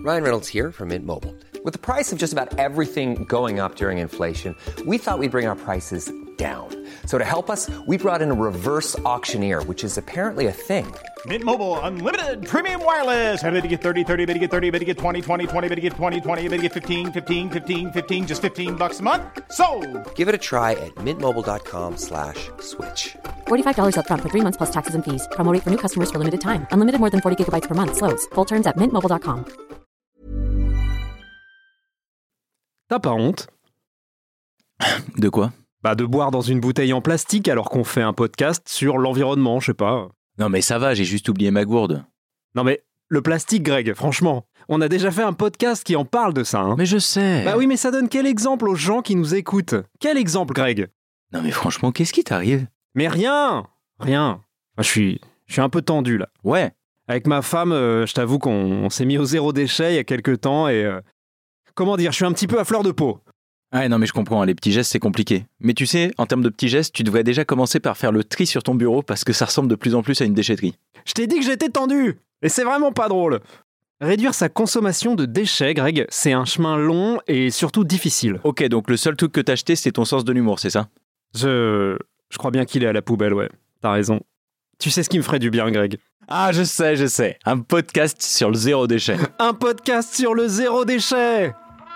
Ryan Reynolds here from Mint Mobile. With the price of just about everything going up during inflation, we thought we'd bring our prices down. So to help us, we brought in a reverse auctioneer, which is apparently a thing. Mint Mobile Unlimited Premium Wireless. How to get 30, 30, bit to get 30, bit to get 20, 20, 20, bit to get 20, 20, bit to get 15, 15, 15, 15, just $15 a month? Sold! Give it a try at mintmobile.com/switch. $45 up front for 3 months plus taxes and fees. Promo rate for new customers for limited time. Unlimited more than 40 gigabytes per month. Slows full terms at mintmobile.com. T'as pas honte? De quoi? Bah de boire dans une bouteille en plastique alors qu'on fait un podcast sur l'environnement, je sais pas. Non mais ça va, j'ai juste oublié ma gourde. Non mais le plastique, Greg, franchement, on a déjà fait un podcast qui en parle de ça. Hein. Mais je sais. Bah oui, mais ça donne quel exemple aux gens qui nous écoutent? Quel exemple, Greg? Non mais franchement, qu'est-ce qui t'arrive? Mais rien. Moi, je suis un peu tendu là. Ouais. Avec ma femme, je t'avoue qu'on s'est mis au zéro déchet il y a quelques temps et... comment dire, je suis un petit peu à fleur de peau. Ouais, non mais je comprends, les petits gestes c'est compliqué. Mais tu sais, en termes de petits gestes, tu devrais déjà commencer par faire le tri sur ton bureau parce que ça ressemble de plus en plus à une déchetterie. Je t'ai dit que j'étais tendu. Et c'est vraiment pas drôle. Réduire sa consommation de déchets, Greg, c'est un chemin long et surtout difficile. Ok, donc le seul truc que t'as acheté, c'est ton sens de l'humour, c'est ça? Je crois bien qu'il est à la poubelle, ouais. T'as raison. Tu sais ce qui me ferait du bien, Greg? Ah, je sais. Un podcast sur le zéro déchet. Un podcast sur le zéro déchet!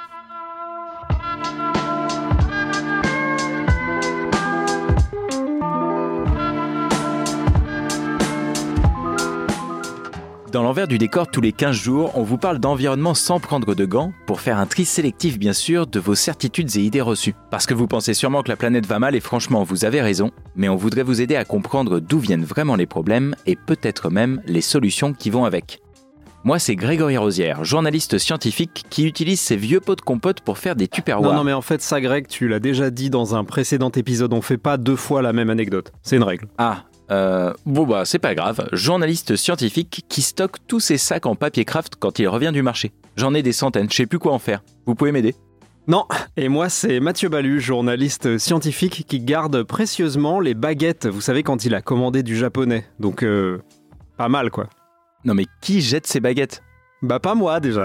Dans l'envers du décor, tous les 15 jours, on vous parle d'environnement sans prendre de gants pour faire un tri sélectif, bien sûr, de vos certitudes et idées reçues. Parce que vous pensez sûrement que la planète va mal et franchement, vous avez raison, mais on voudrait vous aider à comprendre d'où viennent vraiment les problèmes et peut-être même les solutions qui vont avec. Moi, c'est Grégory Rosière, journaliste scientifique qui utilise ses vieux pots de compote pour faire des tupperwares. Non, mais en fait, ça, Greg, tu l'as déjà dit dans un précédent épisode, on fait pas 2 fois la même anecdote. C'est une règle. C'est pas grave. Journaliste scientifique qui stocke tous ses sacs en papier craft quand il revient du marché. J'en ai des centaines, je sais plus quoi en faire. Vous pouvez m'aider? Non, et moi c'est Mathieu Balu, journaliste scientifique qui garde précieusement les baguettes, vous savez quand il a commandé du japonais. Donc, pas mal quoi. Non mais qui jette ses baguettes? Bah pas moi déjà.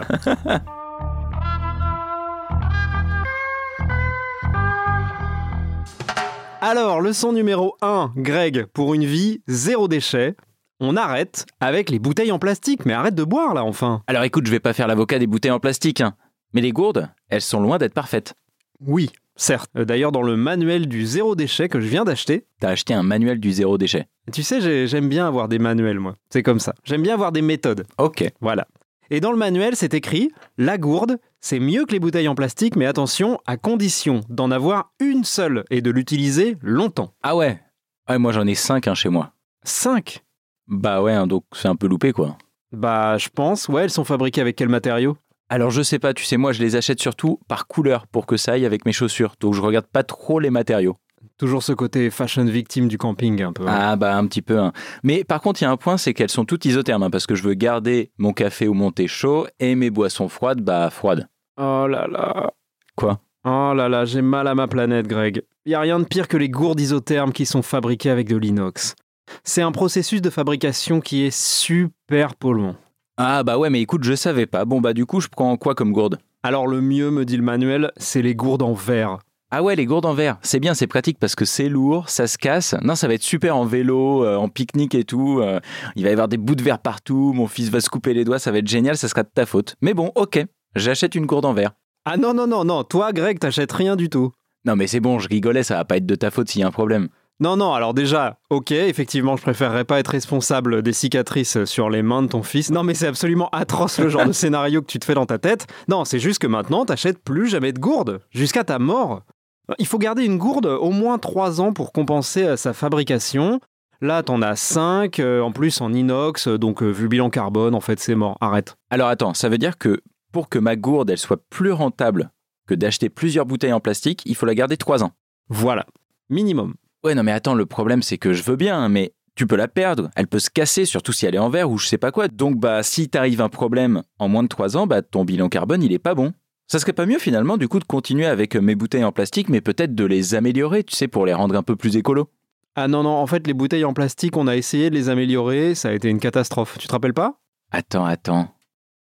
Alors, leçon numéro 1, Greg, pour une vie zéro déchet, on arrête avec les bouteilles en plastique. Mais arrête de boire là, enfin. Alors écoute, je vais pas faire l'avocat des bouteilles en plastique, hein. Mais les gourdes, elles sont loin d'être parfaites. Oui, certes. D'ailleurs, dans le manuel du zéro déchet que je viens d'acheter... T'as acheté un manuel du zéro déchet. Tu sais, j'aime bien avoir des manuels, moi. C'est comme ça. J'aime bien avoir des méthodes. Ok. Voilà. Et dans le manuel, c'est écrit « La gourde, c'est mieux que les bouteilles en plastique, mais attention, à condition d'en avoir une seule et de l'utiliser longtemps. » Ah ouais? Ouais, moi j'en ai 5 chez moi. 5? Bah ouais, donc c'est un peu loupé quoi. Bah je pense, ouais, elles sont fabriquées avec quel matériau? Alors je sais pas, tu sais, moi je les achète surtout par couleur pour que ça aille avec mes chaussures, donc je regarde pas trop les matériaux. Toujours ce côté fashion victime du camping un peu. Ah bah un petit peu. Hein. Mais par contre, il y a un point, c'est qu'elles sont toutes isothermes, hein, parce que je veux garder mon café ou mon thé chaud et mes boissons froides, bah froides. Oh là là. Quoi? Oh là là, j'ai mal à ma planète, Greg. Y a rien de pire que les gourdes isothermes qui sont fabriquées avec de l'inox. C'est un processus de fabrication qui est super polluant. Ah bah ouais, mais écoute, je savais pas. Bon bah du coup, je prends quoi comme gourde? Alors le mieux, me dit le manuel, c'est les gourdes en verre. Ah ouais, les gourdes en verre, c'est bien, c'est pratique parce que c'est lourd, ça se casse. Non, ça va être super en vélo, en pique-nique et tout. Il va y avoir des bouts de verre partout, mon fils va se couper les doigts, ça va être génial, ça sera de ta faute. Mais bon, ok, j'achète une gourde en verre. Ah non, toi Greg, t'achètes rien du tout. Non mais c'est bon, je rigolais, ça va pas être de ta faute s'il y a un problème. Non, alors déjà, ok, effectivement, je préférerais pas être responsable des cicatrices sur les mains de ton fils. Non, mais c'est absolument atroce le genre de scénario que tu te fais dans ta tête. Non, c'est juste que maintenant, t'achètes plus jamais de gourde, jusqu'à ta mort. Il faut garder une gourde au moins 3 ans pour compenser sa fabrication. Là, t'en as 5, en plus en inox, donc vu le bilan carbone, en fait, c'est mort. Arrête. Alors attends, ça veut dire que pour que ma gourde, elle soit plus rentable que d'acheter plusieurs bouteilles en plastique, il faut la garder 3 ans. Voilà, minimum. Ouais, non mais attends, le problème c'est que je veux bien, mais tu peux la perdre, elle peut se casser, surtout si elle est en verre ou je sais pas quoi. Donc bah, si t'arrive un problème en moins de 3 ans, bah ton bilan carbone, il est pas bon. Ça serait pas mieux finalement du coup de continuer avec mes bouteilles en plastique, mais peut-être de les améliorer, tu sais, pour les rendre un peu plus écolos. Ah non, en fait, les bouteilles en plastique, on a essayé de les améliorer, ça a été une catastrophe. Tu te rappelles pas ? Attends.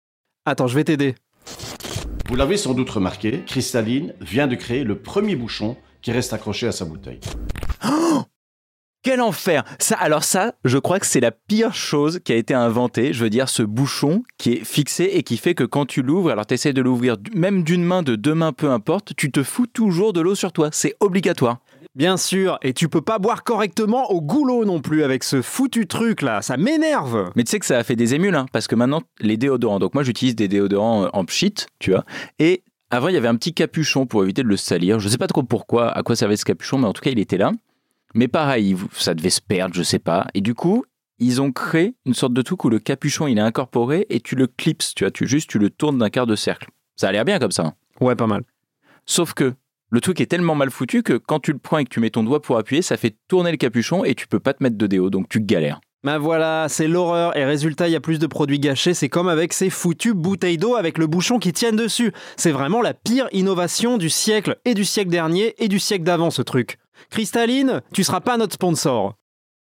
Attends, je vais t'aider. Vous l'avez sans doute remarqué, Cristalline vient de créer le premier bouchon qui reste accroché à sa bouteille. Quel enfer! Alors ça, je crois que c'est la pire chose qui a été inventée. Je veux dire, ce bouchon qui est fixé et qui fait que quand tu l'ouvres, alors tu essaies de l'ouvrir même d'une main, de deux mains, peu importe, tu te fous toujours de l'eau sur toi. C'est obligatoire. Bien sûr, et tu peux pas boire correctement au goulot non plus avec ce foutu truc là, ça m'énerve. Mais tu sais que ça a fait des émules, hein, parce que maintenant, les déodorants, donc moi j'utilise des déodorants en pchit, tu vois, et avant il y avait un petit capuchon pour éviter de le salir. Je sais pas trop pourquoi, à quoi servait ce capuchon, mais en tout cas il était là. Mais pareil, ça devait se perdre, je sais pas. Et du coup, ils ont créé une sorte de truc où le capuchon il est incorporé et tu le clips, tu vois, tu le tournes d'un quart de cercle. Ça a l'air bien comme ça. Hein. Ouais, pas mal. Sauf que le truc est tellement mal foutu que quand tu le prends et que tu mets ton doigt pour appuyer, ça fait tourner le capuchon et tu peux pas te mettre de déo, donc tu galères. Ben voilà, c'est l'horreur et résultat, il y a plus de produits gâchés, c'est comme avec ces foutues bouteilles d'eau avec le bouchon qui tiennent dessus. C'est vraiment la pire innovation du siècle et du siècle dernier et du siècle d'avant ce truc. Cristalline, tu seras pas notre sponsor.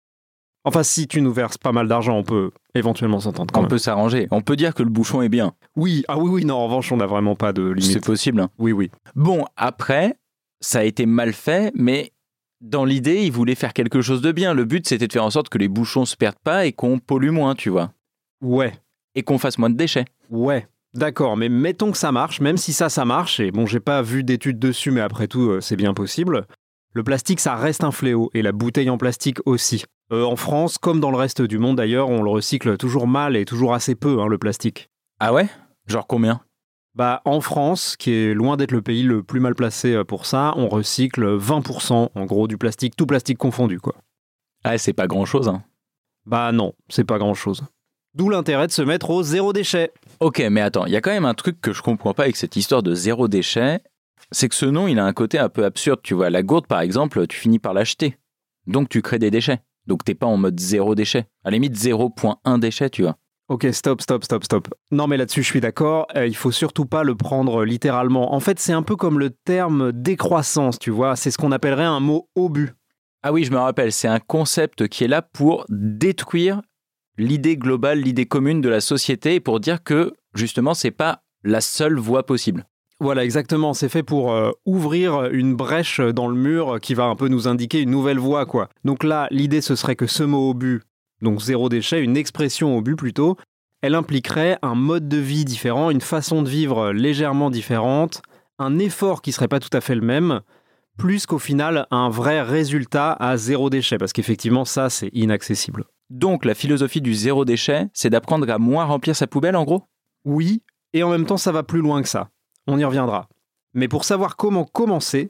Enfin, si tu nous verses pas mal d'argent, on peut éventuellement s'entendre quand même. On peut s'arranger. On peut dire que le bouchon est bien. Oui, non, en revanche, on n'a vraiment pas de limite. C'est possible. Hein. Oui. Bon, après, ça a été mal fait, mais dans l'idée, ils voulaient faire quelque chose de bien. Le but, c'était de faire en sorte que les bouchons se perdent pas et qu'on pollue moins, tu vois. Ouais. Et qu'on fasse moins de déchets. Ouais. D'accord, mais mettons que ça marche, même si ça marche, et bon, j'ai pas vu d'études dessus, mais après tout, c'est bien possible. Le plastique, ça reste un fléau, et la bouteille en plastique aussi. En France, comme dans le reste du monde d'ailleurs, on le recycle toujours mal et toujours assez peu, le plastique. Ah ouais ? Genre combien ? Bah, en France, qui est loin d'être le pays le plus mal placé pour ça, on recycle 20% en gros du plastique, tout plastique confondu, quoi. Ah, c'est pas grand-chose, hein. Bah non, c'est pas grand-chose. D'où l'intérêt de se mettre au zéro déchet. Ok, mais attends, il y a quand même un truc que je comprends pas avec cette histoire de zéro déchet, c'est que ce nom, il a un côté un peu absurde, tu vois. La gourde, par exemple, tu finis par l'acheter. Donc tu crées des déchets. Donc t'es pas en mode zéro déchet. À la limite 0.1 déchet, tu vois. Ok, stop. Non mais là-dessus je suis d'accord, il faut surtout pas le prendre littéralement. En fait c'est un peu comme le terme décroissance, tu vois, c'est ce qu'on appellerait un mot obus. Ah oui, je me rappelle, c'est un concept qui est là pour détruire l'idée globale, l'idée commune de la société et pour dire que justement c'est pas la seule voie possible. Voilà, exactement, c'est fait pour ouvrir une brèche dans le mur qui va un peu nous indiquer une nouvelle voie, quoi. Donc là, l'idée ce serait que ce mot obus, donc zéro déchet, une expression obus plutôt, elle impliquerait un mode de vie différent, une façon de vivre légèrement différente, un effort qui serait pas tout à fait le même, plus qu'au final un vrai résultat à zéro déchet, parce qu'effectivement ça c'est inaccessible. Donc la philosophie du zéro déchet, c'est d'apprendre à moins remplir sa poubelle en gros ? Oui, et en même temps ça va plus loin que ça. On y reviendra. Mais pour savoir comment commencer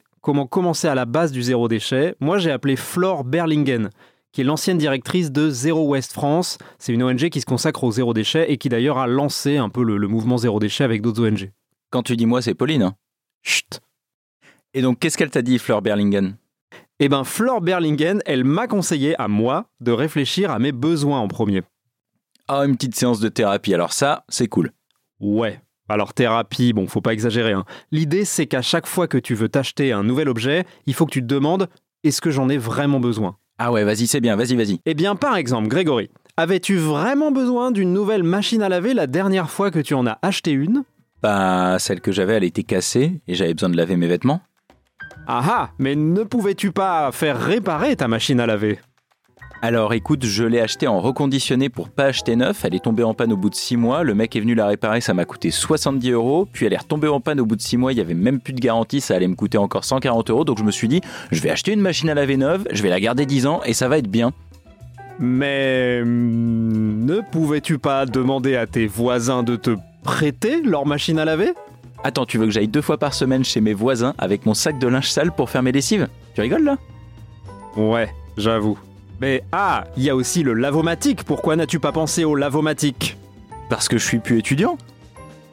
à la base du zéro déchet, moi j'ai appelé Flore Berlingen, qui est l'ancienne directrice de Zero Waste France. C'est une ONG qui se consacre au zéro déchet et qui d'ailleurs a lancé un peu le mouvement zéro déchet avec d'autres ONG. Quand tu dis moi, c'est Pauline. Hein. Chut. Et donc qu'est-ce qu'elle t'a dit, Flore Berlingen ? Eh ben Flore Berlingen, elle m'a conseillé à moi de réfléchir à mes besoins en premier. Ah, une petite séance de thérapie, alors ça, c'est cool. Ouais. Alors thérapie, bon, faut pas exagérer. L'idée, c'est qu'à chaque fois que tu veux t'acheter un nouvel objet, il faut que tu te demandes « est-ce que j'en ai vraiment besoin ?» Ah ouais, vas-y, c'est bien, vas-y. Eh bien, par exemple, Grégory, avais-tu vraiment besoin d'une nouvelle machine à laver la dernière fois que tu en as acheté une ? Bah, celle que j'avais, elle était cassée et j'avais besoin de laver mes vêtements. Ah, mais ne pouvais-tu pas faire réparer ta machine à laver ? Alors écoute, je l'ai achetée en reconditionné pour pas acheter neuf, elle est tombée en panne au bout de 6 mois, le mec est venu la réparer, ça m'a coûté 70 €, puis elle est retombée en panne au bout de 6 mois, il y avait même plus de garantie, ça allait me coûter encore 140 €, donc je me suis dit, je vais acheter une machine à laver neuve, je vais la garder 10 ans et ça va être bien. Mais ne pouvais-tu pas demander à tes voisins de te prêter leur machine à laver ? Attends, tu veux que j'aille 2 fois par semaine chez mes voisins avec mon sac de linge sale pour faire mes lessives ? Tu rigoles là ? Ouais, j'avoue. Mais il y a aussi le lavomatique. Pourquoi n'as-tu pas pensé au lavomatique ? Parce que je suis plus étudiant. Sérieusement ?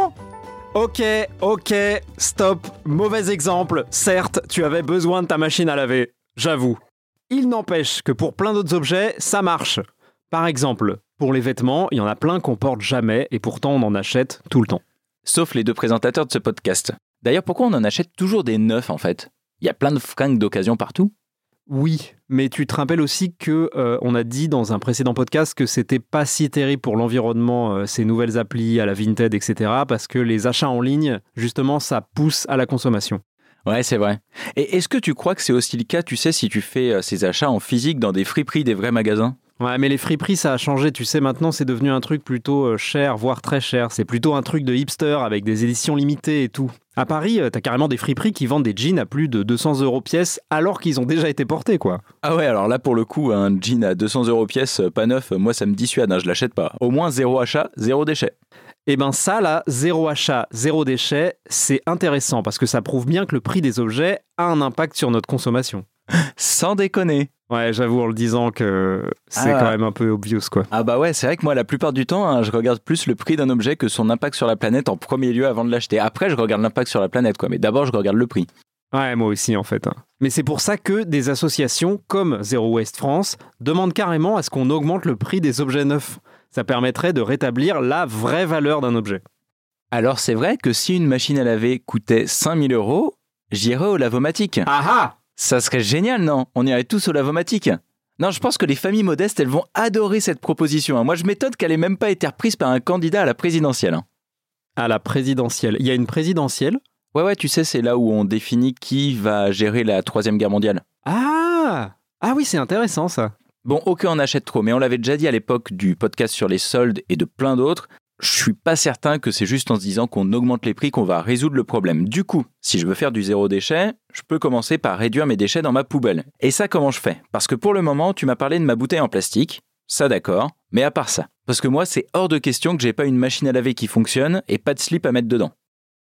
Ok, stop. Mauvais exemple. Certes, tu avais besoin de ta machine à laver. J'avoue. Il n'empêche que pour plein d'autres objets, ça marche. Par exemple, pour les vêtements, il y en a plein qu'on porte jamais et pourtant on en achète tout le temps. Sauf les 2 présentateurs de ce podcast. D'ailleurs, pourquoi on en achète toujours des neufs en fait ? Il y a plein de fringues d'occasion partout. Oui, mais tu te rappelles aussi que on a dit dans un précédent podcast que c'était pas si terrible pour l'environnement, ces nouvelles applis à la Vinted, etc. Parce que les achats en ligne, justement, ça pousse à la consommation. Ouais, c'est vrai. Et est-ce que tu crois que c'est aussi le cas, tu sais, si tu fais ces achats en physique dans des friperies, des vrais magasins ? Ouais, mais les friperies, ça a changé. Tu sais, maintenant, c'est devenu un truc plutôt cher, voire très cher. C'est plutôt un truc de hipster avec des éditions limitées et tout. À Paris, t'as carrément des friperies qui vendent des jeans à plus de 200 € pièce alors qu'ils ont déjà été portés, quoi. Ah ouais, alors là, pour le coup, un jean à 200 € pièce, pas neuf, moi, ça me dissuade, hein, je l'achète pas. Au moins, 0 achat, 0 déchet. Eh ben ça, là, 0 achat, 0 déchet, c'est intéressant parce que ça prouve bien que le prix des objets a un impact sur notre consommation. Sans déconner. Ouais, j'avoue en le disant que c'est quand même un peu obvious, quoi. Ah bah ouais, c'est vrai que moi, la plupart du temps, hein, je regarde plus le prix d'un objet que son impact sur la planète en premier lieu avant de l'acheter. Après, je regarde l'impact sur la planète, quoi. Mais d'abord, je regarde le prix. Ouais, moi aussi, en fait. Mais c'est pour ça que des associations comme Zero Waste France demandent carrément à ce qu'on augmente le prix des objets neufs. Ça permettrait de rétablir la vraie valeur d'un objet. Alors, c'est vrai que si une machine à laver coûtait 5 000 €, j'irais au Lavomatic. Ah ah! Ça serait génial, non ? On irait tous au Lavomatic. Non, je pense que les familles modestes, elles vont adorer cette proposition. Moi, je m'étonne qu'elle ait même pas été reprise par un candidat à la présidentielle. À la présidentielle. Il y a une présidentielle ? Ouais, tu sais, c'est là où on définit qui va gérer la Troisième Guerre mondiale. Ah oui, c'est intéressant, ça. Bon, ok, on achète trop, mais on l'avait déjà dit à l'époque du podcast sur les soldes et de plein d'autres. Je suis pas certain que c'est juste en se disant qu'on augmente les prix qu'on va résoudre le problème. Du coup, si je veux faire du zéro déchet, je peux commencer par réduire mes déchets dans ma poubelle. Et ça, comment je fais ? Parce que pour le moment, tu m'as parlé de ma bouteille en plastique. Ça, d'accord. Mais à part ça. Parce que moi, c'est hors de question que j'ai pas une machine à laver qui fonctionne et pas de slip à mettre dedans.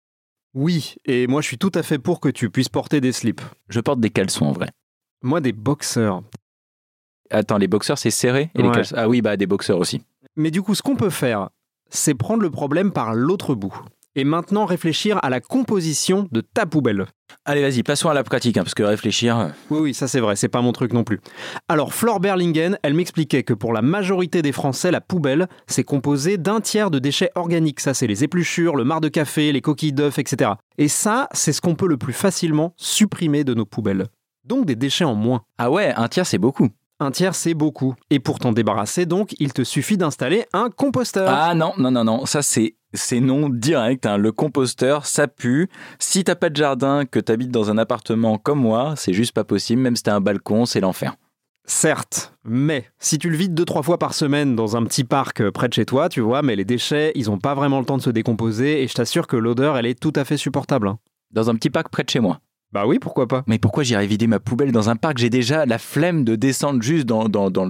Oui, et moi je suis tout à fait pour que tu puisses porter des slips. Je porte des caleçons en vrai. Moi des boxers. Attends, les boxers c'est serré et les caleçons... Ah oui, bah des boxers aussi. Mais du coup, ce qu'on peut faire, c'est prendre le problème par l'autre bout. Et maintenant réfléchir à la composition de ta poubelle. Allez, vas-y, passons à la pratique, parce que réfléchir... Oui, ça c'est vrai, c'est pas mon truc non plus. Alors, Flore Berlingen, elle m'expliquait que pour la majorité des Français, la poubelle, c'est composé d'un tiers de déchets organiques. Ça, c'est les épluchures, le marc de café, les coquilles d'œufs, etc. Et ça, c'est ce qu'on peut le plus facilement supprimer de nos poubelles. Donc des déchets en moins. Ah ouais, un tiers c'est beaucoup. Un tiers, c'est beaucoup. Et pour t'en débarrasser, donc, il te suffit d'installer un composteur. Ah non, ça c'est non direct. Hein. Le composteur, ça pue. Si t'as pas de jardin, que t'habites dans un appartement comme moi, c'est juste pas possible. Même si t'as un balcon, c'est l'enfer. Certes, mais si tu le vides 2-3 fois par semaine dans un petit parc près de chez toi, tu vois, mais les déchets, ils ont pas vraiment le temps de se décomposer et je t'assure que l'odeur, elle est tout à fait supportable. Hein. Dans un petit parc près de chez moi. Bah oui, pourquoi pas. Mais pourquoi j'irais vider ma poubelle dans un parc ? J'ai déjà la flemme de descendre juste dans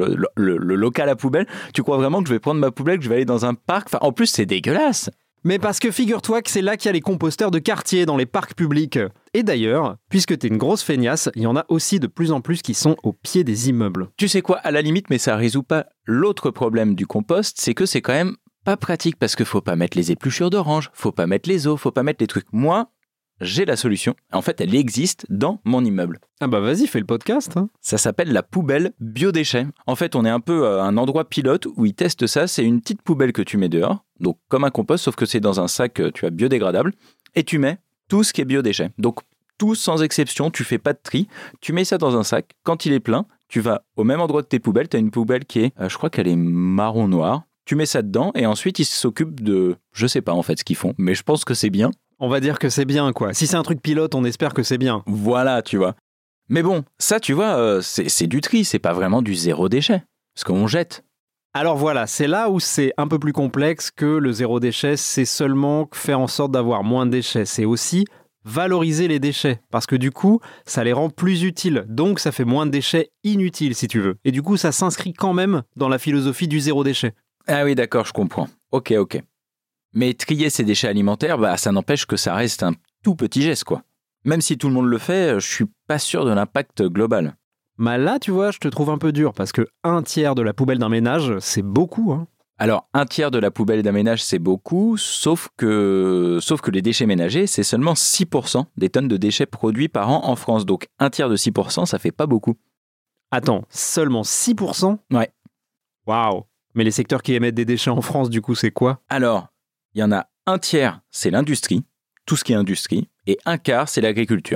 le local à poubelle. Tu crois vraiment que je vais prendre ma poubelle, que je vais aller dans un parc ? Enfin, en plus, c'est dégueulasse. Mais parce que figure-toi que c'est là qu'il y a les composteurs de quartier dans les parcs publics. Et d'ailleurs, puisque t'es une grosse feignasse, il y en a aussi de plus en plus qui sont au pied des immeubles. Tu sais quoi, à la limite, mais ça résout pas l'autre problème du compost, c'est que c'est quand même pas pratique parce que faut pas mettre les épluchures d'orange, faut pas mettre les os, faut pas mettre les trucs. Moi, j'ai la solution. En fait, elle existe dans mon immeuble. Ah bah vas-y, fais le podcast. Hein. Ça s'appelle la poubelle biodéchets. En fait, on est un peu à un endroit pilote où ils testent ça. C'est une petite poubelle que tu mets dehors, donc comme un compost, sauf que c'est dans un sac, tu as biodégradable, et tu mets tout ce qui est biodéchets. Donc, tout sans exception, tu fais pas de tri, tu mets ça dans un sac. Quand il est plein, tu vas au même endroit que tes poubelles. Tu as une poubelle qui est, je crois qu'elle est marron-noir. Tu mets ça dedans et ensuite, ils s'occupent de... Je sais pas en fait ce qu'ils font, mais je pense que c'est bien. On va dire que c'est bien, quoi. Si c'est un truc pilote, on espère que c'est bien. Voilà, tu vois. Mais bon, ça, tu vois, c'est du tri, c'est pas vraiment du zéro déchet. Parce qu'on jette. Alors voilà, c'est là où c'est un peu plus complexe que le zéro déchet. C'est seulement faire en sorte d'avoir moins de déchets. C'est aussi valoriser les déchets. Parce que du coup, ça les rend plus utiles. Donc, ça fait moins de déchets inutiles, si tu veux. Et du coup, ça s'inscrit quand même dans la philosophie du zéro déchet. Ah oui, d'accord, je comprends. Ok. Mais trier ces déchets alimentaires, bah, ça n'empêche que ça reste un tout petit geste, quoi. Même si tout le monde le fait, je suis pas sûr de l'impact global. Bah là, tu vois, je te trouve un peu dur, parce que 1/3 de la poubelle d'un ménage, c'est beaucoup, hein. Alors, 1/3 de la poubelle d'un ménage, c'est beaucoup, sauf que les déchets ménagers, c'est seulement 6% des tonnes de déchets produits par an en France. Donc, 1/3 de 6%, ça fait pas beaucoup. Attends, seulement 6%? Ouais. Waouh. Mais les secteurs qui émettent des déchets en France, du coup, c'est quoi ? Alors, il y en a 1/3, c'est l'industrie, tout ce qui est industrie, et 1/4, c'est l'agriculture.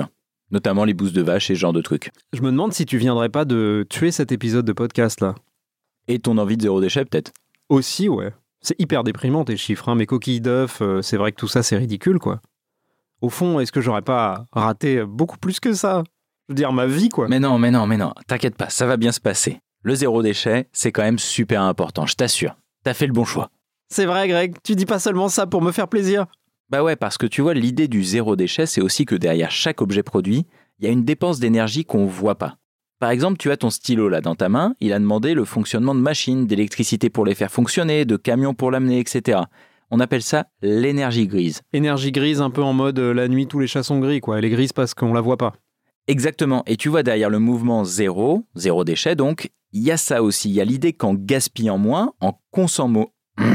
Notamment les bousses de vache et ce genre de trucs. Je me demande si tu viendrais pas de tuer cet épisode de podcast là. Et ton envie de zéro déchet peut-être. Aussi, ouais. C'est hyper déprimant tes chiffres, hein. Mes coquilles d'œufs, c'est vrai que tout ça c'est ridicule quoi. Au fond, est-ce que j'aurais pas raté beaucoup plus que ça ? Je veux dire, ma vie quoi. Mais non, t'inquiète pas, ça va bien se passer. Le zéro déchet, c'est quand même super important, je t'assure. T'as fait le bon choix. C'est vrai Greg, tu dis pas seulement ça pour me faire plaisir. Bah ouais, parce que tu vois, l'idée du zéro déchet, c'est aussi que derrière chaque objet produit, il y a une dépense d'énergie qu'on voit pas. Par exemple, tu as ton stylo là dans ta main, il a demandé le fonctionnement de machines, d'électricité pour les faire fonctionner, de camions pour l'amener, etc. On appelle ça l'énergie grise. Énergie grise un peu en mode la nuit tous les chats sont gris quoi, elle est grise parce qu'on la voit pas. Exactement, et tu vois derrière le mouvement zéro déchet donc, il y a ça aussi, il y a l'idée qu'en gaspillant moins, en consommant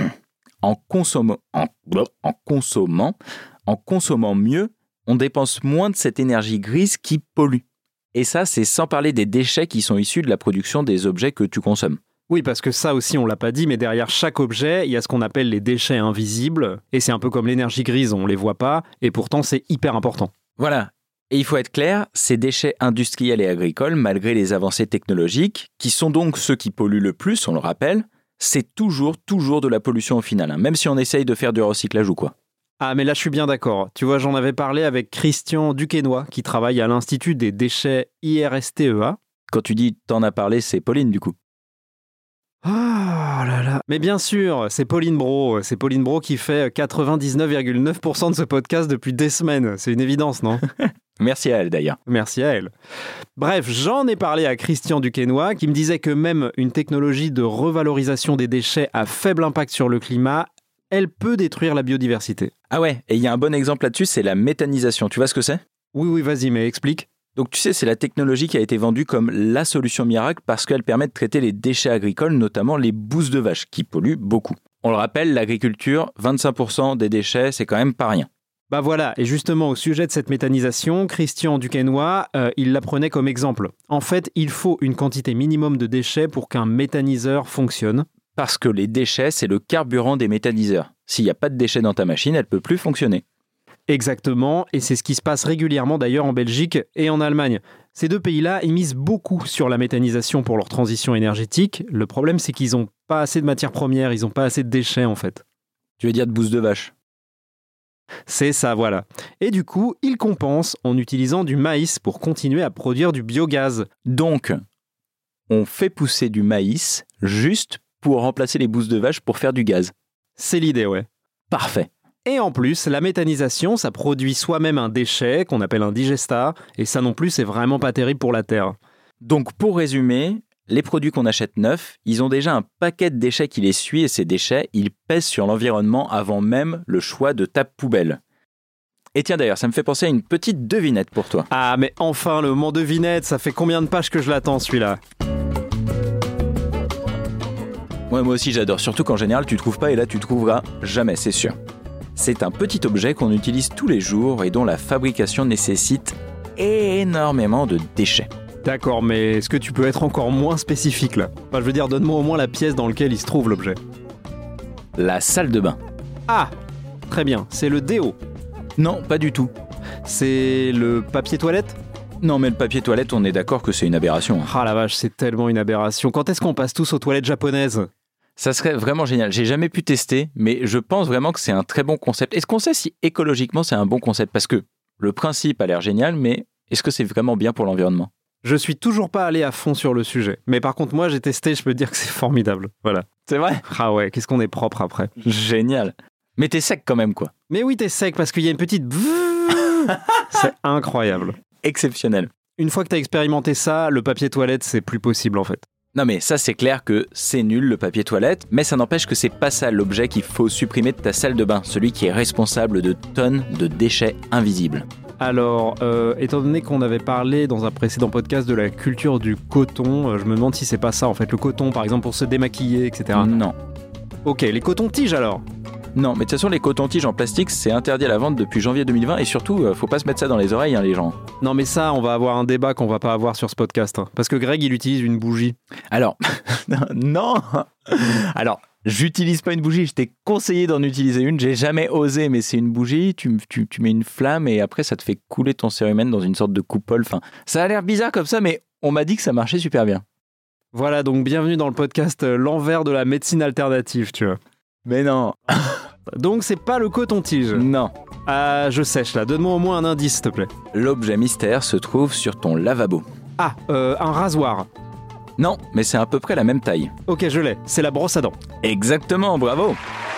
mieux, on dépense moins de cette énergie grise qui pollue. Et ça, c'est sans parler des déchets qui sont issus de la production des objets que tu consommes. Oui, parce que ça aussi, on l'a pas dit, mais derrière chaque objet, il y a ce qu'on appelle les déchets invisibles. Et c'est un peu comme l'énergie grise, on les voit pas, et pourtant c'est hyper important. Voilà. Et il faut être clair, ces déchets industriels et agricoles, malgré les avancées technologiques, qui sont donc ceux qui polluent le plus, on le rappelle, c'est toujours de la pollution au final, hein, même si on essaye de faire du recyclage ou quoi. Ah, mais là, je suis bien d'accord. Tu vois, j'en avais parlé avec Christian Duquesnoy, qui travaille à l'Institut des déchets IRSTEA. Quand tu dis « t'en as parlé », c'est Pauline, du coup. Oh là là. Mais bien sûr, c'est Pauline Brault. C'est Pauline Brault qui fait 99,9% de ce podcast depuis des semaines. C'est une évidence, non ? Merci à elle, d'ailleurs. Merci à elle. Bref, j'en ai parlé à Christian Duquesnoy, qui me disait que même une technologie de revalorisation des déchets à faible impact sur le climat, elle peut détruire la biodiversité. Ah ouais, et il y a un bon exemple là-dessus, c'est la méthanisation. Tu vois ce que c'est ? Oui, vas-y, mais explique. Donc tu sais, c'est la technologie qui a été vendue comme la solution miracle parce qu'elle permet de traiter les déchets agricoles, notamment les bousses de vache, qui polluent beaucoup. On le rappelle, l'agriculture, 25% des déchets, c'est quand même pas rien. Bah voilà, et justement au sujet de cette méthanisation, Christian Duquesnoy, il la prenait comme exemple. En fait, il faut une quantité minimum de déchets pour qu'un méthaniseur fonctionne. Parce que les déchets, c'est le carburant des méthaniseurs. S'il n'y a pas de déchets dans ta machine, elle ne peut plus fonctionner. Exactement, et c'est ce qui se passe régulièrement d'ailleurs en Belgique et en Allemagne. Ces deux pays-là, ils misent beaucoup sur la méthanisation pour leur transition énergétique. Le problème, c'est qu'ils n'ont pas assez de matières premières, ils n'ont pas assez de déchets en fait. Tu veux dire de bousses de vache ? C'est ça, voilà. Et du coup, ils compensent en utilisant du maïs pour continuer à produire du biogaz. Donc, on fait pousser du maïs juste pour remplacer les bousses de vache pour faire du gaz. C'est l'idée, ouais. Parfait. Et en plus, la méthanisation, ça produit soi-même un déchet qu'on appelle un digestat, et ça non plus, c'est vraiment pas terrible pour la Terre. Donc, pour résumer, les produits qu'on achète neufs, ils ont déjà un paquet de déchets qui les suit, et ces déchets, ils pèsent sur l'environnement avant même le choix de ta poubelle. Et tiens d'ailleurs, ça me fait penser à une petite devinette pour toi. Ah, mais enfin, le moment devinette, ça fait combien de pages que je l'attends, celui-là ? Ouais, moi aussi j'adore, surtout qu'en général tu trouves pas et là tu trouveras jamais, c'est sûr. C'est un petit objet qu'on utilise tous les jours et dont la fabrication nécessite énormément de déchets. D'accord, mais est-ce que tu peux être encore moins spécifique là ? Enfin, je veux dire, donne-moi au moins la pièce dans laquelle il se trouve l'objet. La salle de bain. Ah, très bien, c'est le déo. Non, pas du tout. C'est le papier toilette ? Non, mais le papier toilette, on est d'accord que c'est une aberration. Ah la vache, c'est tellement une aberration. Quand est-ce qu'on passe tous aux toilettes japonaises ? Ça serait vraiment génial. J'ai jamais pu tester, mais je pense vraiment que c'est un très bon concept. Est-ce qu'on sait si écologiquement c'est un bon concept ? Parce que le principe a l'air génial, mais est-ce que c'est vraiment bien pour l'environnement ? Je suis toujours pas allé à fond sur le sujet. Mais par contre, moi, j'ai testé, je peux te dire que c'est formidable. Voilà. C'est vrai ? Ah ouais, qu'est-ce qu'on est propre après. Génial. Mais t'es sec quand même, quoi. Mais oui, t'es sec parce qu'il y a une petite... C'est incroyable. Exceptionnel. Une fois que t'as expérimenté ça, le papier toilette, c'est plus possible en fait. Non mais ça c'est clair que c'est nul le papier toilette, mais ça n'empêche que c'est pas ça l'objet qu'il faut supprimer de ta salle de bain, celui qui est responsable de tonnes de déchets invisibles. Alors, étant donné qu'on avait parlé dans un précédent podcast de la culture du coton, je me demande si c'est pas ça en fait, le coton par exemple pour se démaquiller, etc. Non. Ok, les cotons-tiges alors ? Non, mais de toute façon, les cotons-tiges en plastique, c'est interdit à la vente depuis janvier 2020 et surtout, faut pas se mettre ça dans les oreilles, hein, les gens. Non, mais ça, on va avoir un débat qu'on va pas avoir sur ce podcast. Hein, parce que Greg, il utilise une bougie. Alors, non. Alors, J'utilise pas une bougie, je t'ai conseillé d'en utiliser une, j'ai jamais osé, mais c'est une bougie, tu mets une flamme et après ça te fait couler ton cérumen dans une sorte de coupole. Enfin, ça a l'air bizarre comme ça, mais on m'a dit que ça marchait super bien. Voilà, donc bienvenue dans le podcast L'envers de la médecine alternative, tu vois. Mais non. Donc c'est pas le coton-tige. Non. Ah, je sèche là, donne-moi au moins un indice, s'il te plaît. L'objet mystère se trouve sur ton lavabo. Ah, un rasoir. Non, mais c'est à peu près la même taille. Ok, je l'ai, c'est la brosse à dents. Exactement, bravo.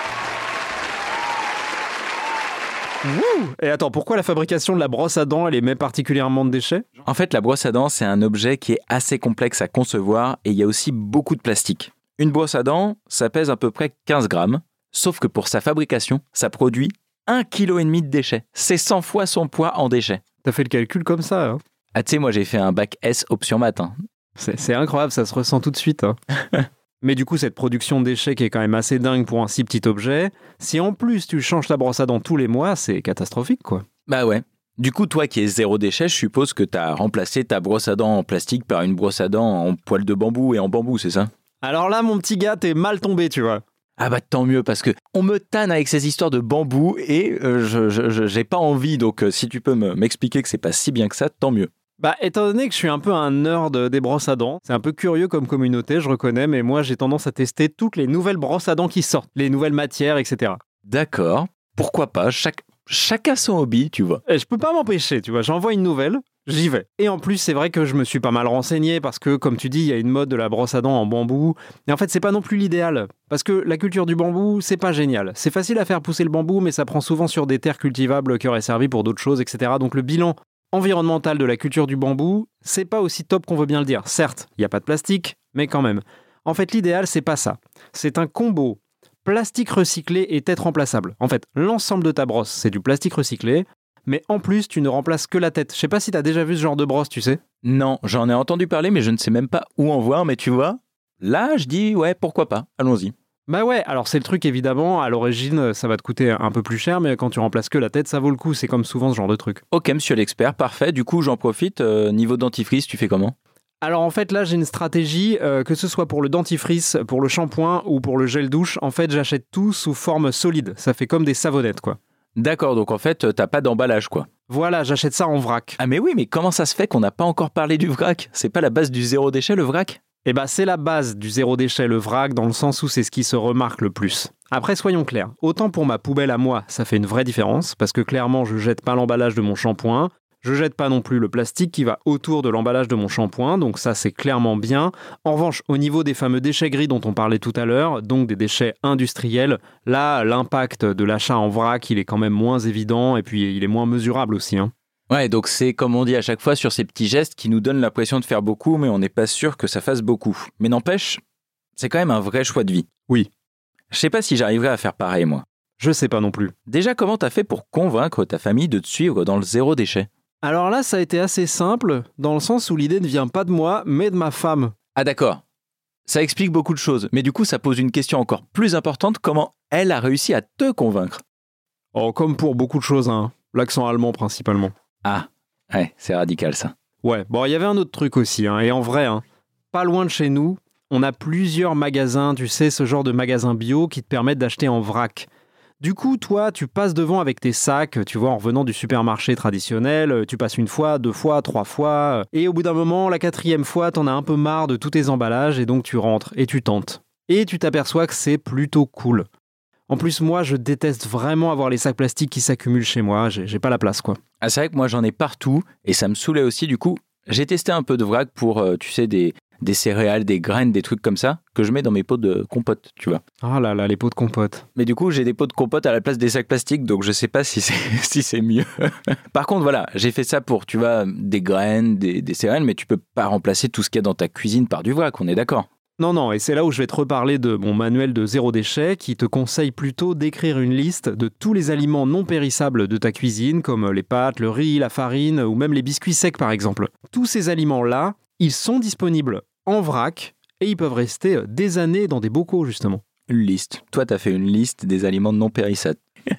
Wouh! Et attends, pourquoi la fabrication de la brosse à dents, elle émet particulièrement de déchets? En fait, la brosse à dents, c'est un objet qui est assez complexe à concevoir et il y a aussi beaucoup de plastique. Une brosse à dents, ça pèse à peu près 15 grammes, sauf que pour sa fabrication, ça produit 1,5 kg de déchets. C'est 100 fois son poids en déchets. T'as fait le calcul comme ça, hein? Ah, tu sais, moi j'ai fait un bac S option maths. Hein. C'est incroyable, ça se ressent tout de suite. Hein. Mais du coup, cette production de déchets qui est quand même assez dingue pour un si petit objet, si en plus tu changes ta brosse à dents tous les mois, c'est catastrophique, quoi. Bah ouais. Du coup, toi qui es zéro déchet, je suppose que t'as remplacé ta brosse à dents en plastique par une brosse à dents en poil de bambou et en bambou, c'est ça? Alors là, mon petit gars, t'es mal tombé, tu vois. Ah bah tant mieux, parce que on me tanne avec ces histoires de bambou et j'ai pas envie, donc si tu peux m'expliquer que c'est pas si bien que ça, tant mieux. Bah, étant donné que je suis un peu un nerd des brosses à dents, c'est un peu curieux comme communauté, je reconnais, mais moi j'ai tendance à tester toutes les nouvelles brosses à dents qui sortent, les nouvelles matières, etc. D'accord, pourquoi pas, chacun son hobby, tu vois. Et je peux pas m'empêcher, tu vois, j'envoie une nouvelle, j'y vais. Et en plus, c'est vrai que je me suis pas mal renseigné parce que, comme tu dis, il y a une mode de la brosse à dents en bambou. Et en fait, c'est pas non plus l'idéal. Parce que la culture du bambou, c'est pas génial. C'est facile à faire pousser le bambou, mais ça prend souvent sur des terres cultivables qui auraient servi pour d'autres choses, etc. Donc le bilan environnemental de la culture du bambou, c'est pas aussi top qu'on veut bien le dire. Certes, il n'y a pas de plastique, mais quand même. En fait, l'idéal, c'est pas ça. C'est un combo plastique recyclé et tête remplaçable. En fait, l'ensemble de ta brosse, c'est du plastique recyclé, mais en plus, tu ne remplaces que la tête. Je sais pas si t'as déjà vu ce genre de brosse, tu sais. Non, j'en ai entendu parler, mais je ne sais même pas où en voir, mais tu vois, là, je dis, ouais, pourquoi pas, allons-y. Bah ouais, alors c'est le truc évidemment, à l'origine ça va te coûter un peu plus cher, mais quand tu remplaces que la tête, ça vaut le coup, c'est comme souvent ce genre de truc. Ok, monsieur l'expert, parfait, du coup j'en profite, niveau dentifrice, tu fais comment? Alors en fait là j'ai une stratégie, que ce soit pour le dentifrice, pour le shampoing ou pour le gel douche, en fait j'achète tout sous forme solide, ça fait comme des savonnettes quoi. D'accord, donc en fait t'as pas d'emballage quoi. Voilà, j'achète ça en vrac. Ah mais oui, mais comment ça se fait qu'on n'a pas encore parlé du vrac? C'est pas la base du zéro déchet le vrac? Eh bah c'est la base du zéro déchet, le vrac, dans le sens où c'est ce qui se remarque le plus. Après soyons clairs, autant pour ma poubelle à moi, ça fait une vraie différence, parce que clairement je jette pas l'emballage de mon shampoing, je jette pas non plus le plastique qui va autour de l'emballage de mon shampoing, donc ça c'est clairement bien. En revanche, au niveau des fameux déchets gris dont on parlait tout à l'heure, donc des déchets industriels, là l'impact de l'achat en vrac il est quand même moins évident, et puis il est moins mesurable aussi, hein. Ouais, donc c'est comme on dit à chaque fois sur ces petits gestes qui nous donnent l'impression de faire beaucoup, mais on n'est pas sûr que ça fasse beaucoup. Mais n'empêche, c'est quand même un vrai choix de vie. Oui. Je sais pas si j'arriverai à faire pareil, moi. Je sais pas non plus. Déjà, comment t'as fait pour convaincre ta famille de te suivre dans le zéro déchet? Alors là, ça a été assez simple, dans le sens où l'idée ne vient pas de moi, mais de ma femme. Ah d'accord. Ça explique beaucoup de choses, mais du coup, ça pose une question encore plus importante. Comment elle a réussi à te convaincre? Oh, comme pour beaucoup de choses, hein. L'accent allemand principalement. Ah, ouais, c'est radical ça. Ouais, bon, il y avait un autre truc aussi, hein, et en vrai, hein, pas loin de chez nous, on a plusieurs magasins, tu sais, ce genre de magasins bio qui te permettent d'acheter en vrac. Du coup, toi, tu passes devant avec tes sacs, tu vois, en revenant du supermarché traditionnel, tu passes une fois, 2 fois, 3 fois, et au bout d'un moment, la 4e fois, t'en as un peu marre de tous tes emballages, et donc tu rentres, et tu tentes. Et tu t'aperçois que c'est plutôt cool. En plus, moi, je déteste vraiment avoir les sacs plastiques qui s'accumulent chez moi. J'ai pas la place, quoi. Ah, c'est vrai que moi, j'en ai partout et ça me saoulait aussi. Du coup, j'ai testé un peu de vrac pour, tu sais, des céréales, des graines, des trucs comme ça que je mets dans mes pots de compote, tu vois. Ah là là, les pots de compote. Mais du coup, j'ai des pots de compote à la place des sacs plastiques, donc je sais pas si c'est mieux. Par contre, voilà, j'ai fait ça pour, tu vois, des graines, des céréales, mais tu peux pas remplacer tout ce qu'il y a dans ta cuisine par du vrac, on est d'accord? Non, et c'est là où je vais te reparler de mon manuel de zéro déchet qui te conseille plutôt d'écrire une liste de tous les aliments non périssables de ta cuisine, comme les pâtes, le riz, la farine ou même les biscuits secs par exemple. Tous ces aliments-là, ils sont disponibles en vrac et ils peuvent rester des années dans des bocaux justement. Une liste. Toi, t'as fait une liste des aliments non périssables.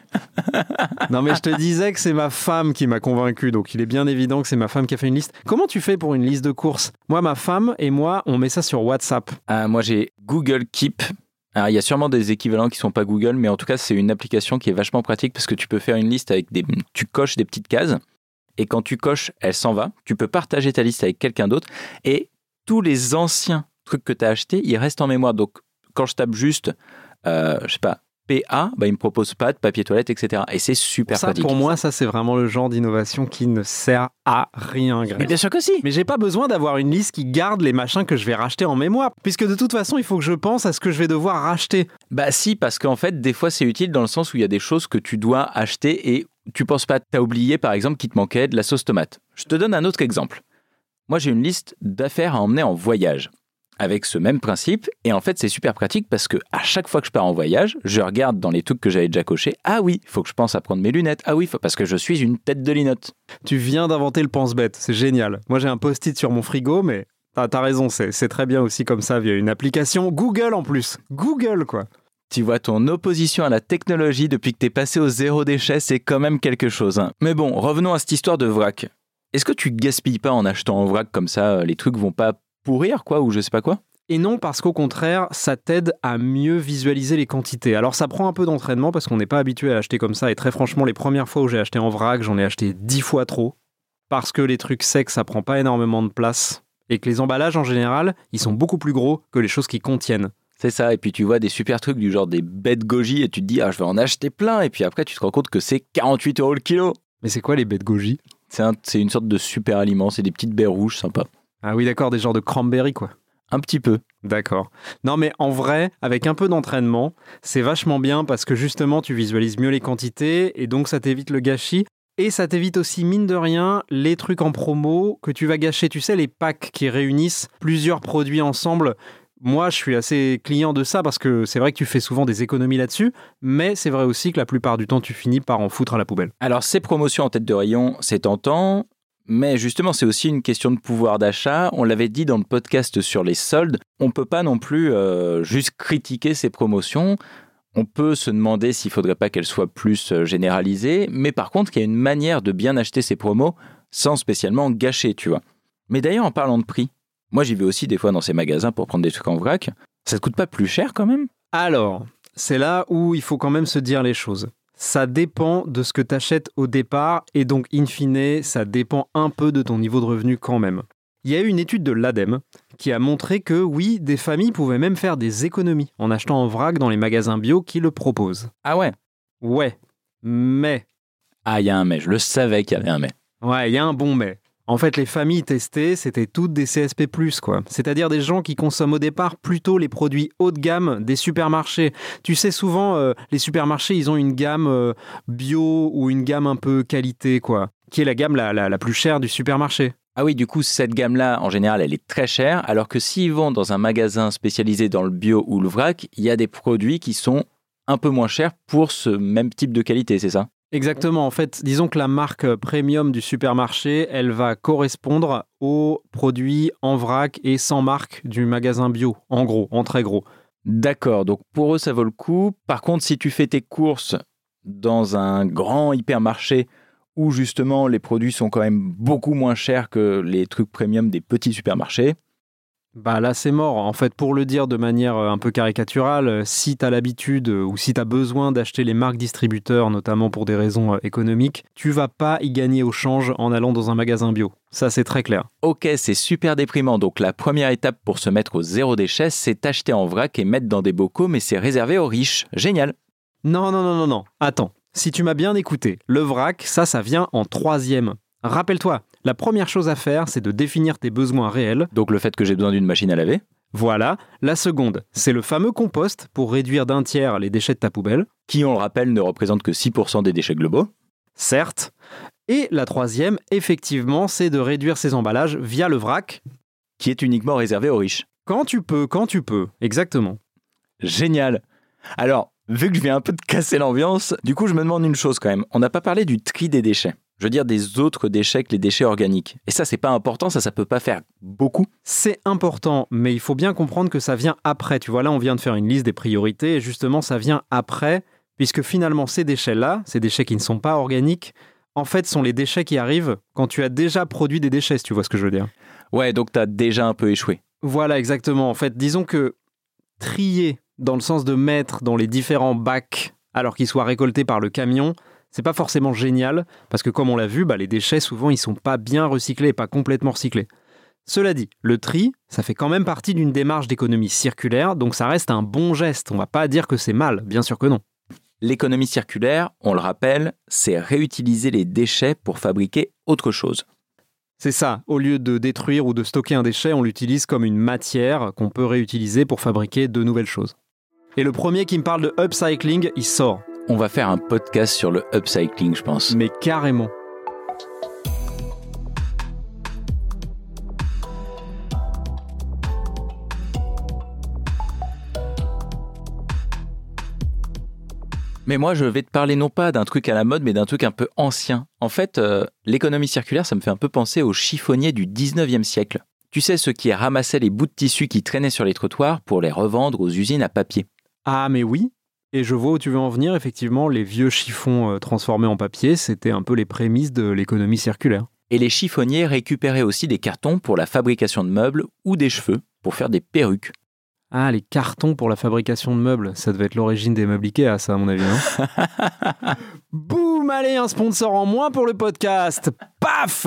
Non mais je te disais que c'est ma femme qui m'a convaincu, donc il est bien évident que c'est ma femme qui a fait une liste. Comment tu fais pour une liste de courses? Moi, ma femme et moi, on met ça sur WhatsApp. Moi, j'ai Google Keep. Alors, il y a sûrement des équivalents qui sont pas Google, mais en tout cas, c'est une application qui est vachement pratique parce que tu peux faire une liste avec tu coches des petites cases et quand tu coches, elle s'en va. Tu peux partager ta liste avec quelqu'un d'autre et tous les anciens trucs que tu as achetés, ils restent en mémoire. Donc, quand je tape juste, je sais pas, PA, il me propose pâtes, papier toilette, etc. Et c'est super pratique. Pour moi, ça, c'est vraiment le genre d'innovation qui ne sert à rien, Greg. Mais bien sûr que si. Mais j'ai pas besoin d'avoir une liste qui garde les machins que je vais racheter en mémoire, puisque de toute façon, il faut que je pense à ce que je vais devoir racheter. Bah si, parce qu'en fait, des fois, c'est utile dans le sens où il y a des choses que tu dois acheter et tu penses pas. T'as oublié, par exemple, qu'il te manquait de la sauce tomate. Je te donne un autre exemple. Moi, j'ai une liste d'affaires à emmener en voyage. Avec ce même principe, et en fait c'est super pratique parce que à chaque fois que je pars en voyage, je regarde dans les trucs que j'avais déjà cochés, ah oui, il faut que je pense à prendre mes lunettes, ah oui, parce que je suis une tête de linotte. Tu viens d'inventer le pense-bête, c'est génial. Moi j'ai un post-it sur mon frigo, mais t'as raison, c'est très bien aussi comme ça via une application Google en plus. Google quoi. Tu vois, ton opposition à la technologie depuis que t'es passé au zéro déchet, c'est quand même quelque chose. Hein. Mais bon, revenons à cette histoire de vrac. Est-ce que tu gaspilles pas en achetant en vrac comme ça, les trucs vont pas pourrir quoi, ou je sais pas quoi? Et non, parce qu'au contraire, ça t'aide à mieux visualiser les quantités. Alors ça prend un peu d'entraînement parce qu'on n'est pas habitué à acheter comme ça. Et très franchement, les premières fois où j'ai acheté en vrac, j'en ai acheté 10 fois trop. Parce que les trucs secs, ça prend pas énormément de place. Et que les emballages, en général, ils sont beaucoup plus gros que les choses qui contiennent. C'est ça, et puis tu vois des super trucs du genre des baies de goji et tu te dis, je vais en acheter plein. Et puis après, tu te rends compte que c'est 48 € le kilo. Mais c'est quoi les baies de goji? C'est une sorte de super aliment, c'est des petites baies rouges sympas. Ah oui, d'accord, des genres de cranberry, quoi. Un petit peu. D'accord. Non, mais en vrai, avec un peu d'entraînement, c'est vachement bien parce que justement, tu visualises mieux les quantités et donc ça t'évite le gâchis. Et ça t'évite aussi, mine de rien, les trucs en promo que tu vas gâcher. Tu sais, les packs qui réunissent plusieurs produits ensemble. Moi, je suis assez client de ça parce que c'est vrai que tu fais souvent des économies là-dessus, mais c'est vrai aussi que la plupart du temps, tu finis par en foutre à la poubelle. Alors, ces promotions en tête de rayon, c'est tentant. Mais justement, c'est aussi une question de pouvoir d'achat. On l'avait dit dans le podcast sur les soldes, on ne peut pas non plus juste critiquer ces promotions. On peut se demander s'il ne faudrait pas qu'elles soient plus généralisées. Mais par contre, il y a une manière de bien acheter ces promos sans spécialement gâcher, tu vois. Mais d'ailleurs, en parlant de prix, moi j'y vais aussi des fois dans ces magasins pour prendre des trucs en vrac. Ça ne te coûte pas plus cher quand même? Alors, c'est là où il faut quand même se dire les choses. Ça dépend de ce que tu achètes au départ et donc, in fine, ça dépend un peu de ton niveau de revenu quand même. Il y a eu une étude de l'ADEME qui a montré que oui, des familles pouvaient même faire des économies en achetant en vrac dans les magasins bio qui le proposent. Ah ouais? Ouais, mais... Ah, il y a un mais, je le savais qu'il y avait un mais. Ouais, il y a un bon mais. En fait, les familles testées, c'était toutes des CSP+, quoi. C'est-à-dire des gens qui consomment au départ plutôt les produits haut de gamme des supermarchés. Tu sais, souvent, les supermarchés, ils ont une gamme bio ou une gamme un peu qualité, quoi, qui est la gamme la plus chère du supermarché. Ah oui, du coup, cette gamme-là, en général, elle est très chère, alors que s'ils vont dans un magasin spécialisé dans le bio ou le vrac, il y a des produits qui sont un peu moins chers pour ce même type de qualité, c'est ça? Exactement. En fait, disons que la marque premium du supermarché, elle va correspondre aux produits en vrac et sans marque du magasin bio, en gros, en très gros. D'accord, donc pour eux, ça vaut le coup. Par contre, si tu fais tes courses dans un grand hypermarché où justement les produits sont quand même beaucoup moins chers que les trucs premium des petits supermarchés, bah là, c'est mort. En fait, pour le dire de manière un peu caricaturale, si tu as l'habitude ou si tu as besoin d'acheter les marques distributeurs, notamment pour des raisons économiques, tu vas pas y gagner au change en allant dans un magasin bio. Ça, c'est très clair. Ok, c'est super déprimant. Donc la première étape pour se mettre au zéro déchet, c'est acheter en vrac et mettre dans des bocaux, mais c'est réservé aux riches. Génial. Non. Attends. Si tu m'as bien écouté, le vrac, ça vient en 3e. Rappelle-toi, la première chose à faire, c'est de définir tes besoins réels. Donc le fait que j'ai besoin d'une machine à laver. Voilà. La seconde, c'est le fameux compost pour réduire d'un tiers les déchets de ta poubelle. Qui, on le rappelle, ne représente que 6% des déchets globaux. Certes. Et la troisième, effectivement, c'est de réduire ces emballages via le vrac. Qui est uniquement réservé aux riches. Quand tu peux. Exactement. Génial. Alors, vu que je viens un peu de casser l'ambiance, du coup, je me demande une chose quand même. On n'a pas parlé du tri des déchets. Je veux dire des autres déchets que les déchets organiques. Et ça, c'est pas important, ça peut pas faire beaucoup. C'est important, mais il faut bien comprendre que ça vient après. Tu vois, là, on vient de faire une liste des priorités, et justement, ça vient après, puisque finalement, ces déchets-là, ces déchets qui ne sont pas organiques, en fait, sont les déchets qui arrivent quand tu as déjà produit des déchets, si tu vois ce que je veux dire. Ouais, donc t'as déjà un peu échoué. Voilà, exactement. En fait, disons que trier dans le sens de mettre dans les différents bacs alors qu'ils soient récoltés par le camion, c'est pas forcément génial parce que comme on l'a vu, les déchets souvent ils sont pas bien recyclés, pas complètement recyclés. Cela dit, le tri, ça fait quand même partie d'une démarche d'économie circulaire, donc ça reste un bon geste. On va pas dire que c'est mal, bien sûr que non. L'économie circulaire, on le rappelle, c'est réutiliser les déchets pour fabriquer autre chose. C'est ça, au lieu de détruire ou de stocker un déchet, on l'utilise comme une matière qu'on peut réutiliser pour fabriquer de nouvelles choses. Et le premier qui me parle de upcycling, il sort. On va faire un podcast sur le upcycling, je pense. Mais carrément. Mais moi, je vais te parler non pas d'un truc à la mode, mais d'un truc un peu ancien. En fait, l'économie circulaire, ça me fait un peu penser aux chiffonniers du 19e siècle. Tu sais, ceux qui ramassaient les bouts de tissu qui traînaient sur les trottoirs pour les revendre aux usines à papier. Ah, mais oui. Et je vois où tu veux en venir. Effectivement, les vieux chiffons transformés en papier, c'était un peu les prémices de l'économie circulaire. Et les chiffonniers récupéraient aussi des cartons pour la fabrication de meubles ou des cheveux pour faire des perruques. Ah, les cartons pour la fabrication de meubles. Ça devait être l'origine des meubles Ikea, ça, à mon avis, non? Boum, allez, un sponsor en moins pour le podcast. Paf!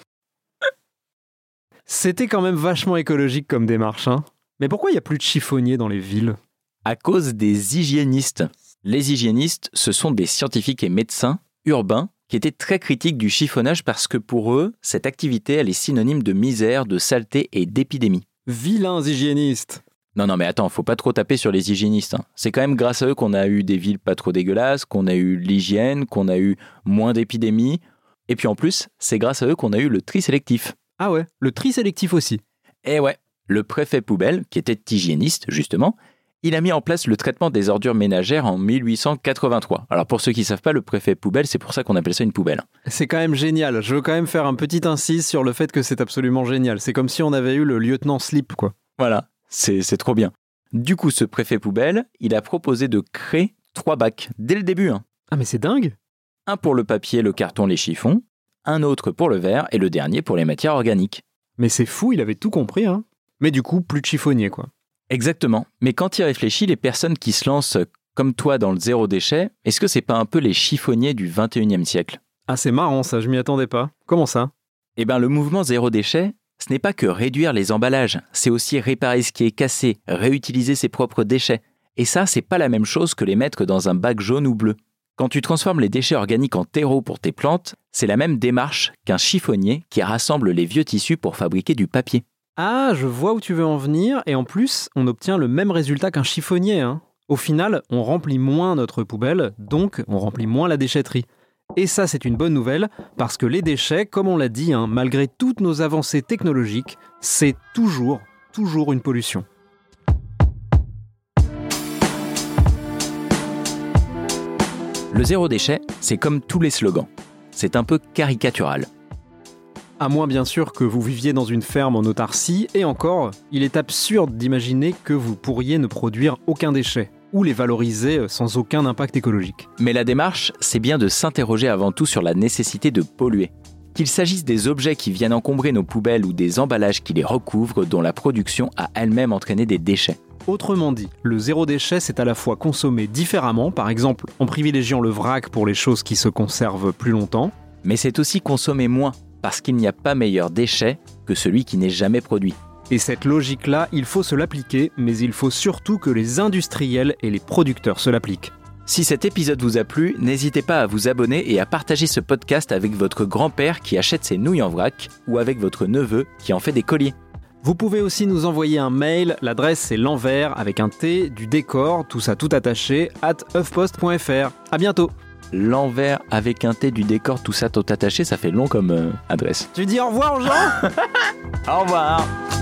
C'était quand même vachement écologique comme démarche, hein. Mais pourquoi il n'y a plus de chiffonniers dans les villes? À cause des hygiénistes. Les hygiénistes, ce sont des scientifiques et médecins urbains qui étaient très critiques du chiffonnage parce que pour eux, cette activité, elle est synonyme de misère, de saleté et d'épidémie. Vilains hygiénistes! Non, mais attends, faut pas trop taper sur les hygiénistes. Hein. C'est quand même grâce à eux qu'on a eu des villes pas trop dégueulasses, qu'on a eu l'hygiène, qu'on a eu moins d'épidémies. Et puis en plus, c'est grâce à eux qu'on a eu le tri sélectif. Ah ouais, le tri sélectif aussi. Eh ouais, le préfet poubelle, qui était hygiéniste justement, il a mis en place le traitement des ordures ménagères en 1883. Alors pour ceux qui ne savent pas, le préfet poubelle, c'est pour ça qu'on appelle ça une poubelle. C'est quand même génial. Je veux quand même faire un petit incise sur le fait que c'est absolument génial. C'est comme si on avait eu le lieutenant Slip, quoi. Voilà. C'est trop bien. Du coup, ce préfet poubelle, il a proposé de créer 3 bacs dès le début. Hein. Ah mais c'est dingue! Un pour le papier, le carton, les chiffons, un autre pour le verre et le dernier pour les matières organiques. Mais c'est fou, il avait tout compris, hein. Mais du coup, plus de chiffonnier, quoi. Exactement. Mais quand il réfléchit, les personnes qui se lancent comme toi dans le zéro déchet, est-ce que c'est pas un peu les chiffonniers du 21e siècle? Ah c'est marrant ça, je m'y attendais pas. Comment ça? Eh bien, le mouvement zéro déchet, ce n'est pas que réduire les emballages, c'est aussi réparer ce qui est cassé, réutiliser ses propres déchets. Et ça, c'est pas la même chose que les mettre dans un bac jaune ou bleu. Quand tu transformes les déchets organiques en terreau pour tes plantes, c'est la même démarche qu'un chiffonnier qui rassemble les vieux tissus pour fabriquer du papier. Ah, je vois où tu veux en venir, et en plus, on obtient le même résultat qu'un chiffonnier, hein. Au final, on remplit moins notre poubelle, donc on remplit moins la déchetterie. Et ça, c'est une bonne nouvelle, parce que les déchets, comme on l'a dit, malgré toutes nos avancées technologiques, c'est toujours une pollution. Le zéro déchet, c'est comme tous les slogans. C'est un peu caricatural. À moins bien sûr que vous viviez dans une ferme en autarcie, et encore, il est absurde d'imaginer que vous pourriez ne produire aucun déchet, ou les valoriser sans aucun impact écologique. Mais la démarche, c'est bien de s'interroger avant tout sur la nécessité de polluer. Qu'il s'agisse des objets qui viennent encombrer nos poubelles ou des emballages qui les recouvrent, dont la production a elle-même entraîné des déchets. Autrement dit, le zéro déchet, c'est à la fois consommer différemment, par exemple en privilégiant le vrac pour les choses qui se conservent plus longtemps, mais c'est aussi consommer moins, parce qu'il n'y a pas meilleur déchet que celui qui n'est jamais produit. Et cette logique-là, il faut se l'appliquer, mais il faut surtout que les industriels et les producteurs se l'appliquent. Si cet épisode vous a plu, n'hésitez pas à vous abonner et à partager ce podcast avec votre grand-père qui achète ses nouilles en vrac ou avec votre neveu qui en fait des colliers. Vous pouvez aussi nous envoyer un mail, l'adresse c'est l'envers avec un T, du décor, tout ça tout attaché, @ufpost.fr. À bientôt. L'envers avec un T, du décor, tout ça tout attaché, ça fait long comme adresse. Tu dis au revoir aux gens? Au revoir.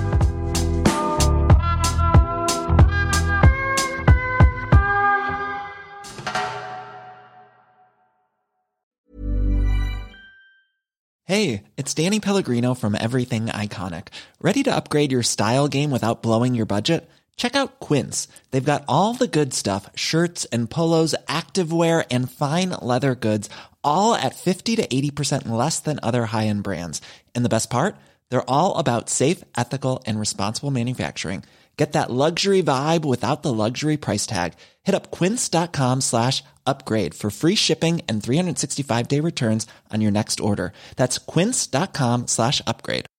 Hey, it's Danny Pellegrino from Everything Iconic. Ready to upgrade your style game without blowing your budget? Check out Quince. They've got all the good stuff, shirts and polos, activewear, and fine leather goods, all at 50 to 80% less than other high-end brands. And the best part? They're all about safe, ethical, and responsible manufacturing. Get that luxury vibe without the luxury price tag. Hit up quince.com/upgrade for free shipping and 365-day returns on your next order. That's quince.com/upgrade.